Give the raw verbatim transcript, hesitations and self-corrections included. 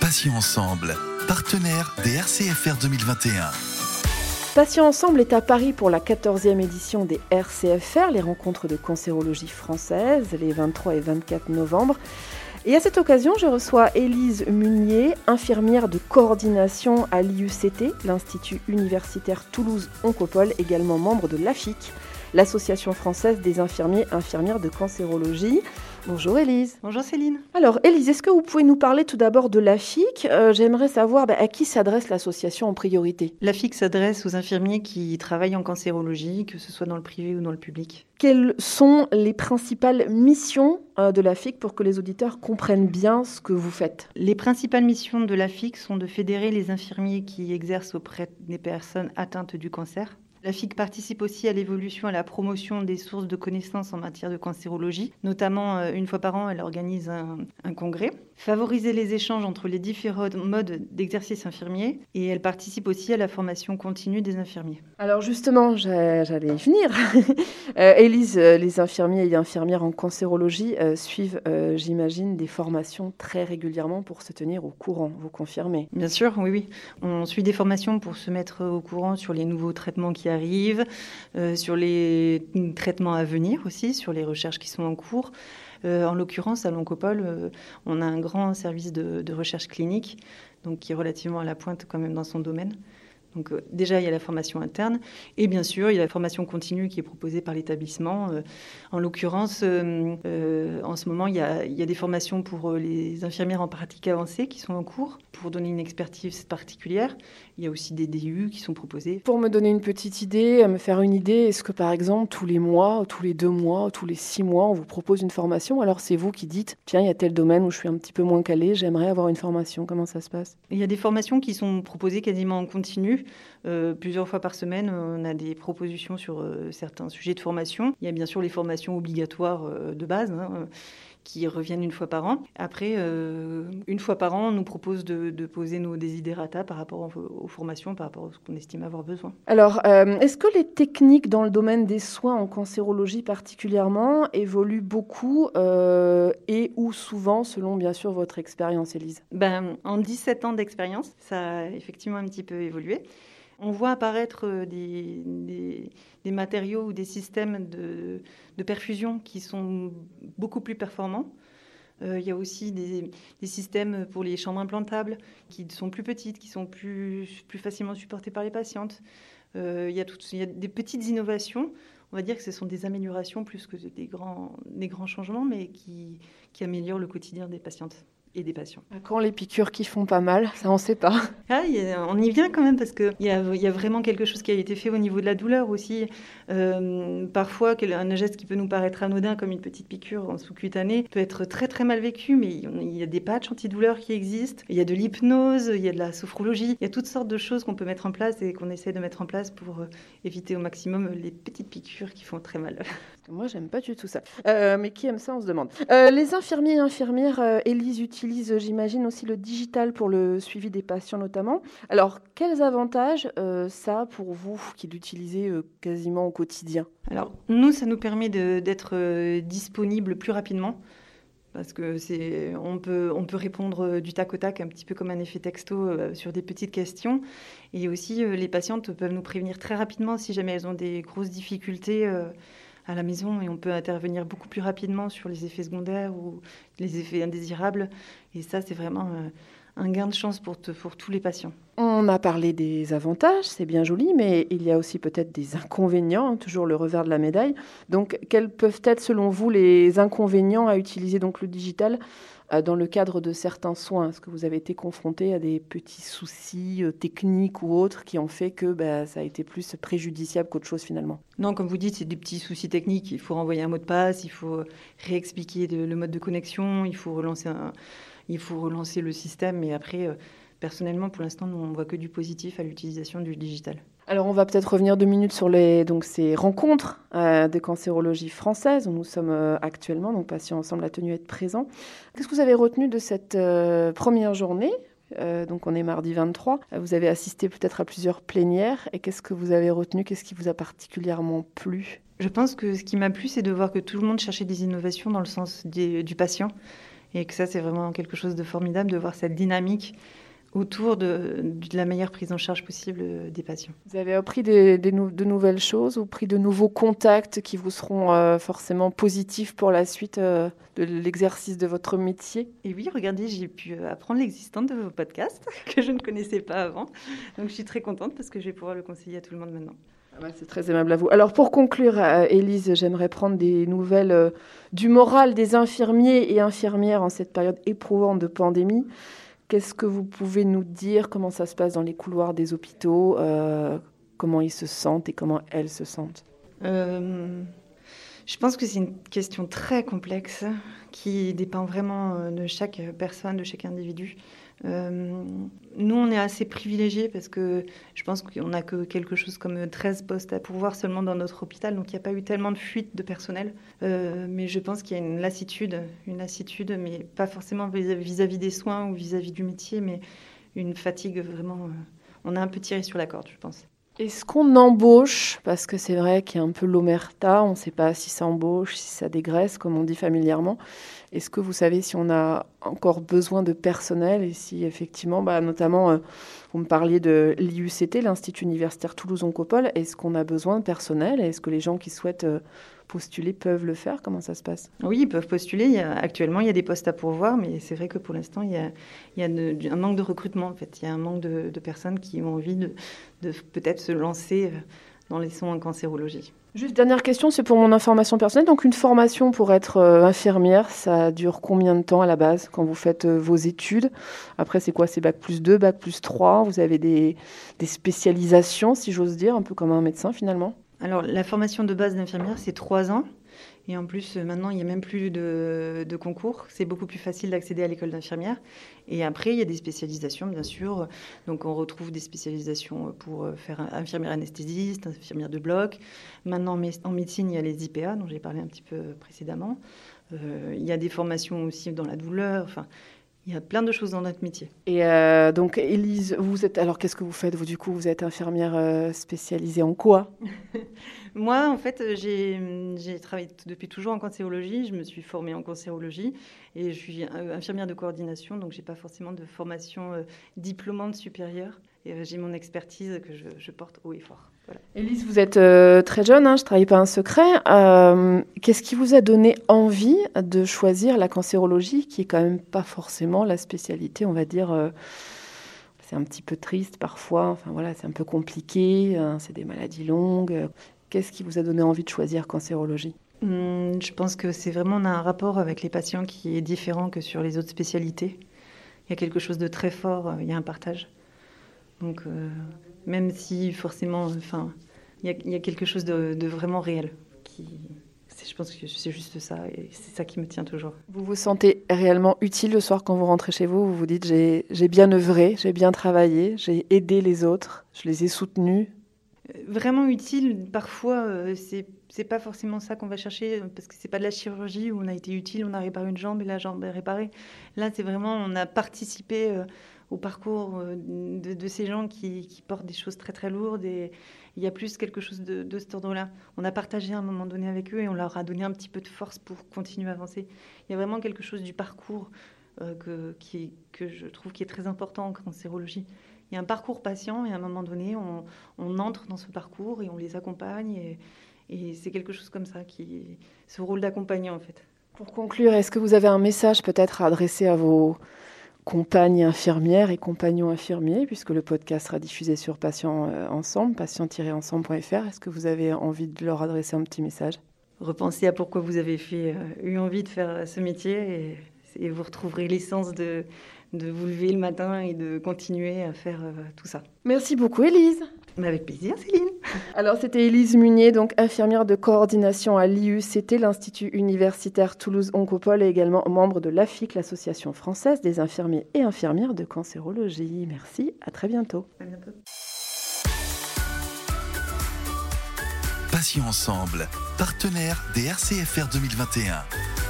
Patients Ensemble, partenaire des R C F R deux mille vingt et un. Patients Ensemble est à Paris pour la quatorzième édition des R C F R, les rencontres de cancérologie française, les vingt-trois et vingt-quatre novembre. Et à cette occasion, je reçois Élise Munier, infirmière de coordination à l'I U C T, l'Institut universitaire Toulouse Oncopole, également membre de l'A F I C, l'Association française des infirmiers et infirmières de cancérologie. Bonjour Élise. Bonjour Céline. Alors Élise, est-ce que vous pouvez nous parler tout d'abord de l'A F I C ? euh, J'aimerais savoir bah, à qui s'adresse l'association en priorité. L'A F I C s'adresse aux infirmiers qui travaillent en cancérologie, que ce soit dans le privé ou dans le public. Quelles sont les principales missions euh, de l'A F I C pour que les auditeurs comprennent bien ce que vous faites ? Les principales missions de l'A F I C sont de fédérer les infirmiers qui exercent auprès des personnes atteintes du cancer. L'A F I C participe aussi à l'évolution et à la promotion des sources de connaissances en matière de cancérologie. Notamment, une fois par an, elle organise un, un congrès. Favoriser les échanges entre les différents modes d'exercice infirmier. Et elle participe aussi à la formation continue des infirmiers. Alors justement, j'allais y venir. euh, Élise, les infirmiers et infirmières en cancérologie euh, suivent, euh, j'imagine, des formations très régulièrement pour se tenir au courant. Vous confirmez ? Bien sûr, oui, oui. On suit des formations pour se mettre au courant sur les nouveaux traitements qui arrivent, euh, sur les traitements à venir aussi, sur les recherches qui sont en cours. Euh, en l'occurrence, à l'Oncopole, euh, on a un grand service de, de recherche clinique, donc qui est relativement à la pointe quand même dans son domaine. Donc euh, déjà, il y a la formation interne et bien sûr, il y a la formation continue qui est proposée par l'établissement. Euh, en l'occurrence, euh, euh, en ce moment, il y, a, il y a des formations pour les infirmières en pratique avancée qui sont en cours pour donner une expertise particulière. Il y a aussi des D U qui sont proposés. Pour me donner une petite idée, me faire une idée, est-ce que par exemple, tous les mois, tous les deux mois, tous les six mois, on vous propose une formation ? Alors c'est vous qui dites, tiens, il y a tel domaine où je suis un petit peu moins calée, j'aimerais avoir une formation. Comment ça se passe ? Il y a des formations qui sont proposées quasiment en continu. Euh, plusieurs fois par semaine, on a des propositions sur euh, certains sujets de formation. Il y a bien sûr les formations obligatoires euh, de base, hein, euh, qui reviennent une fois par an. Après, euh, une fois par an, on nous propose de, de poser nos desiderata par rapport aux, aux formations, par rapport à ce qu'on estime avoir besoin. Alors, euh, est-ce que les techniques dans le domaine des soins en cancérologie particulièrement évoluent beaucoup euh, et ou souvent, selon bien sûr votre expérience, Élise ? Ben, en dix-sept ans d'expérience, ça a effectivement un petit peu évolué. On voit apparaître des, des, des matériaux ou des systèmes de, de perfusion qui sont beaucoup plus performants. Euh, il y a aussi des, des systèmes pour les chambres implantables qui sont plus petites, qui sont plus, plus facilement supportées par les patientes. Euh, il y a tout, il y a des petites innovations. On va dire que ce sont des améliorations plus que des grands, des grands changements, mais qui, qui améliorent le quotidien des patientes et des patients. Quand les piqûres qui font pas mal, ça on sait pas. Ah, y a, on y vient quand même parce qu'il y a, y a vraiment quelque chose qui a été fait au niveau de la douleur aussi. Euh, parfois, un geste qui peut nous paraître anodin comme une petite piqûre en sous-cutanée peut être très très mal vécu, mais il y a des patchs antidouleurs qui existent, il y a de l'hypnose, il y a de la sophrologie, il y a toutes sortes de choses qu'on peut mettre en place et qu'on essaie de mettre en place pour éviter au maximum les petites piqûres qui font très mal. Moi, j'aime pas du tout ça. Euh, mais qui aime ça, on se demande. Euh, les infirmiers et infirmières, euh, Élise utilise, j'imagine, aussi le digital pour le suivi des patients notamment. Alors, quels avantages euh, ça a pour vous qui l'utilisez euh, quasiment au quotidien ? Alors, nous, ça nous permet de, d'être euh, disponible plus rapidement. Parce que c'est, on peut, on peut répondre du tac au tac, un petit peu comme un effet texto euh, sur des petites questions. Et aussi, euh, les patientes peuvent nous prévenir très rapidement si jamais elles ont des grosses difficultés euh, à la maison. Et on peut intervenir beaucoup plus rapidement sur les effets secondaires ou les effets indésirables. Et ça, c'est vraiment euh, un gain de chance pour, te, pour tous les patients. On a parlé des avantages, c'est bien joli, mais il y a aussi peut-être des inconvénients, toujours le revers de la médaille. Donc, quels peuvent être, selon vous, les inconvénients à utiliser donc le digital euh, dans le cadre de certains soins ? Est-ce que vous avez été confronté à des petits soucis euh, techniques ou autres qui ont fait que bah, ça a été plus préjudiciable qu'autre chose finalement ? Non, comme vous dites, c'est des petits soucis techniques. Il faut renvoyer un mot de passe, il faut réexpliquer de, le mode de connexion, il faut relancer, un, il faut relancer le système, mais après... Euh, Personnellement, pour l'instant, nous, on ne voit que du positif à l'utilisation du digital. Alors, on va peut-être revenir deux minutes sur les, donc, ces rencontres euh, de cancérologie française où nous sommes euh, actuellement, donc Patients Ensemble a tenu à être présent. Qu'est-ce que vous avez retenu de cette euh, première journée ? euh, Donc, on est mardi vingt-trois. Vous avez assisté peut-être à plusieurs plénières. Et qu'est-ce que vous avez retenu ? Qu'est-ce qui vous a particulièrement plu ? Je pense que ce qui m'a plu, c'est de voir que tout le monde cherchait des innovations dans le sens des, du patient. Et que ça, c'est vraiment quelque chose de formidable de voir cette dynamique autour de, de la meilleure prise en charge possible des patients. Vous avez appris des, des nou- de nouvelles choses ou pris de nouveaux contacts qui vous seront euh, forcément positifs pour la suite euh, de l'exercice de votre métier? Et oui, regardez, j'ai pu apprendre l'existence de vos podcasts que je ne connaissais pas avant. Donc je suis très contente parce que je vais pouvoir le conseiller à tout le monde maintenant. Ah bah, c'est très aimable à vous. Alors pour conclure, euh, Élise, j'aimerais prendre des nouvelles euh, du moral des infirmiers et infirmières en cette période éprouvante de pandémie. Qu'est-ce que vous pouvez nous dire? Comment ça se passe dans les couloirs des hôpitaux? euh, Comment ils se sentent et comment elles se sentent? euh, Je pense que c'est une question très complexe qui dépend vraiment de chaque personne, de chaque individu. Euh, nous, on est assez privilégiés parce que je pense qu'on n'a que quelque chose comme treize postes à pourvoir seulement dans notre hôpital, donc il n'y a pas eu tellement de fuite de personnel. Euh, mais je pense qu'il y a une lassitude, une lassitude, mais pas forcément vis-à-vis des soins ou vis-à-vis du métier, mais une fatigue vraiment. Euh, on a un peu tiré sur la corde, je pense. Est-ce qu'on embauche? Parce que c'est vrai qu'il y a un peu l'omerta, on ne sait pas si ça embauche, si ça dégraisse, comme on dit familièrement. Est-ce que vous savez si on a encore besoin de personnel et si effectivement, bah, notamment, euh, vous me parliez de l'I U C T, l'Institut Universitaire Toulouse-Oncopole, est-ce qu'on a besoin de personnel? Est-ce que les gens qui souhaitent euh, postuler peuvent le faire? Comment ça se passe? Oui, ils peuvent postuler. Il y a, actuellement, il y a des postes à pourvoir, mais c'est vrai que pour l'instant, il y a, il y a de, un manque de recrutement. En fait. Il y a un manque de, de personnes qui ont envie de, de peut-être se lancer dans les soins en cancérologie. Juste dernière question, c'est pour mon information personnelle. Donc une formation pour être euh, infirmière, ça dure combien de temps à la base quand vous faites euh, vos études? Après, c'est quoi? C'est bac plus deux, bac plus trois? Vous avez des, des spécialisations, si j'ose dire, un peu comme un médecin finalement? Alors, la formation de base d'infirmière, c'est trois ans. Et en plus, maintenant, il n'y a même plus de, de concours. C'est beaucoup plus facile d'accéder à l'école d'infirmière. Et après, il y a des spécialisations, bien sûr. Donc, on retrouve des spécialisations pour faire infirmière anesthésiste, infirmière de bloc. Maintenant, en médecine, il y a les I P A, dont j'ai parlé un petit peu précédemment. Euh, il y a des formations aussi dans la douleur. Enfin, il y a plein de choses dans notre métier. Et euh, donc, Élise, vous êtes... Alors, qu'est-ce que vous faites, vous, du coup? Vous êtes infirmière euh, spécialisée en quoi? Moi, en fait, j'ai, j'ai travaillé t- depuis toujours en cancérologie. Je me suis formée en cancérologie et je suis euh, infirmière de coordination, donc je n'ai pas forcément de formation euh, diplômante supérieure. Et euh, j'ai mon expertise que je, je porte haut et fort. Voilà. Élise, vous êtes euh, très jeune, hein, je ne trahis pas un secret. Euh, qu'est-ce qui vous a donné envie de choisir la cancérologie, qui est quand même pas forcément la spécialité, on va dire... Euh, c'est un petit peu triste parfois, enfin voilà, c'est un peu compliqué, hein, c'est des maladies longues. Qu'est-ce qui vous a donné envie de choisir cancérologie? Hum, je pense que c'est vraiment, on a un rapport avec les patients qui est différent que sur les autres spécialités. Il y a quelque chose de très fort, il y a un partage. Donc, euh, même si forcément, enfin, il y a, il y a quelque chose de, de vraiment réel. Qui, c'est, je pense que c'est juste ça, et c'est ça qui me tient toujours. Vous vous sentez réellement utile le soir quand vous rentrez chez vous? Vous vous dites, j'ai, j'ai bien œuvré, j'ai bien travaillé, j'ai aidé les autres, je les ai soutenus? Vraiment utile, parfois, euh, c'est, c'est pas forcément ça qu'on va chercher, parce que c'est pas de la chirurgie où on a été utile, on a réparé une jambe et la jambe est réparée. Là, c'est vraiment, on a participé euh, au parcours euh, de, de ces gens qui, qui portent des choses très très lourdes, et il y a plus quelque chose de, de cet ordre-là. On a partagé à un moment donné avec eux et on leur a donné un petit peu de force pour continuer à avancer. Il y a vraiment quelque chose du parcours euh, que, qui, que je trouve qui est très important en cancérologie. Il y a un parcours patient et à un moment donné, on, on entre dans ce parcours et on les accompagne. Et, et c'est quelque chose comme ça, qui, ce rôle d'accompagnant en fait. Pour conclure, est-ce que vous avez un message peut-être à adresser à vos compagnes infirmières et compagnons infirmiers, puisque le podcast sera diffusé sur Patients Ensemble, patient tiret ensemble point f r. Est-ce que vous avez envie de leur adresser un petit message? Repensez à pourquoi vous avez fait, euh, eu envie de faire ce métier et, et vous retrouverez l'essence de... de vous lever le matin et de continuer à faire euh, tout ça. Merci beaucoup, Élise. Mais avec plaisir, Céline. Alors, c'était Élise Munier, donc infirmière de coordination à l'I U C T, l'Institut Universitaire Toulouse-Oncopole, et également membre de l'A F I C, l'Association française des infirmiers et infirmières de cancérologie. Merci, à très bientôt. À bientôt. Patients Ensemble, partenaire des R C F R deux mille vingt et un.